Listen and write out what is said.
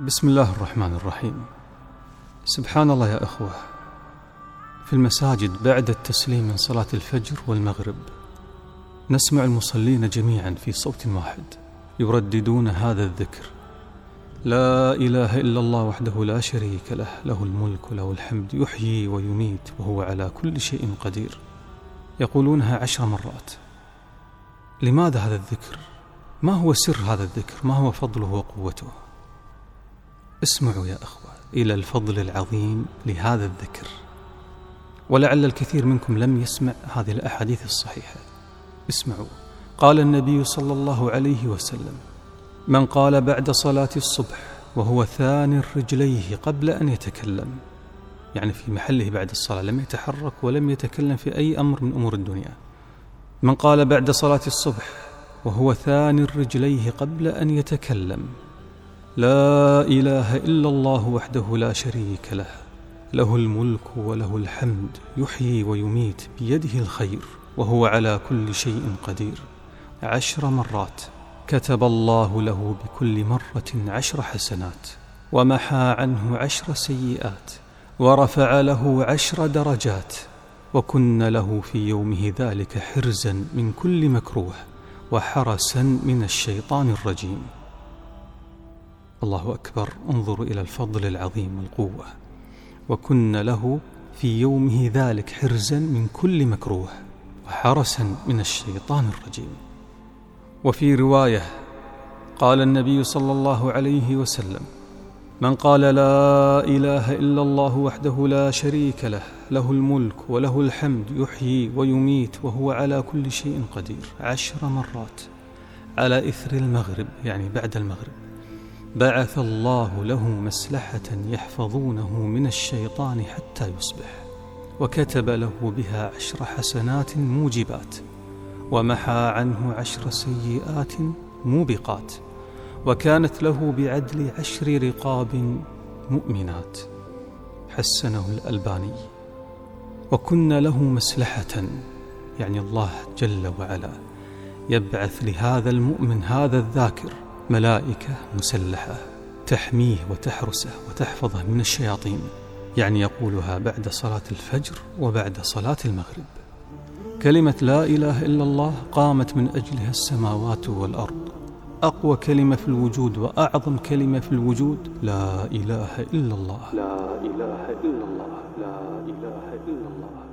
بسم الله الرحمن الرحيم. سبحان الله يا أخوة، في المساجد بعد التسليم من صلاة الفجر والمغرب نسمع المصلين جميعا في صوت واحد يرددون هذا الذكر: لا إله إلا الله وحده لا شريك له، له الملك وله الحمد، يحيي ويميت وهو على كل شيء قدير. يقولونها 10 مرات. لماذا هذا الذكر؟ ما هو سر هذا الذكر؟ ما هو فضله وقوته؟ اسمعوا يا أخوة إلى الفضل العظيم لهذا الذكر، ولعل الكثير منكم لم يسمع هذه الأحاديث الصحيحة. اسمعوا. قال النبي صلى الله عليه وسلم: من قال بعد صلاة الصبح وهو ثان رجليه قبل أن يتكلم، يعني في محله بعد الصلاة، لم يتحرك ولم يتكلم في أي أمر من أمور الدنيا. من قال بعد صلاة الصبح وهو ثان رجليه قبل أن يتكلم: لا إله إلا الله وحده لا شريك له، له الملك وله الحمد، يحيي ويميت بيده الخير وهو على كل شيء قدير، 10 مرات، كتب الله له بكل مرة 10 حسنات، ومحى عنه 10 سيئات، ورفع له 10 درجات، وكن له في يومه ذلك حرزا من كل مكروه وحرسا من الشيطان الرجيم. الله أكبر. انظروا إلى الفضل العظيم والقوة. وكن له في يومه ذلك حرزا من كل مكروه وحرسا من الشيطان الرجيم. وفي رواية قال النبي صلى الله عليه وسلم: من قال لا إله إلا الله وحده لا شريك له، له الملك وله الحمد، يحيي ويميت وهو على كل شيء قدير، 10 مرات على إثر المغرب، يعني بعد المغرب، بعث الله له مسلحة يحفظونه من الشيطان حتى يصبح، وكتب له بها 10 حسنات موجبات، ومحى عنه 10 سيئات موبقات، وكانت له بعدل 10 رقاب مؤمنات. حسنه الألباني. وكن له مسلحة، يعني الله جل وعلا يبعث لهذا المؤمن هذا الذاكر ملائكة مسلحة تحميه وتحرسه وتحفظه من الشياطين، يعني يقولها بعد صلاة الفجر وبعد صلاة المغرب. كلمة لا إله إلا الله قامت من أجلها السماوات والأرض. أقوى كلمة في الوجود وأعظم كلمة في الوجود لا إله إلا الله. لا إله إلا الله. لا إله إلا الله.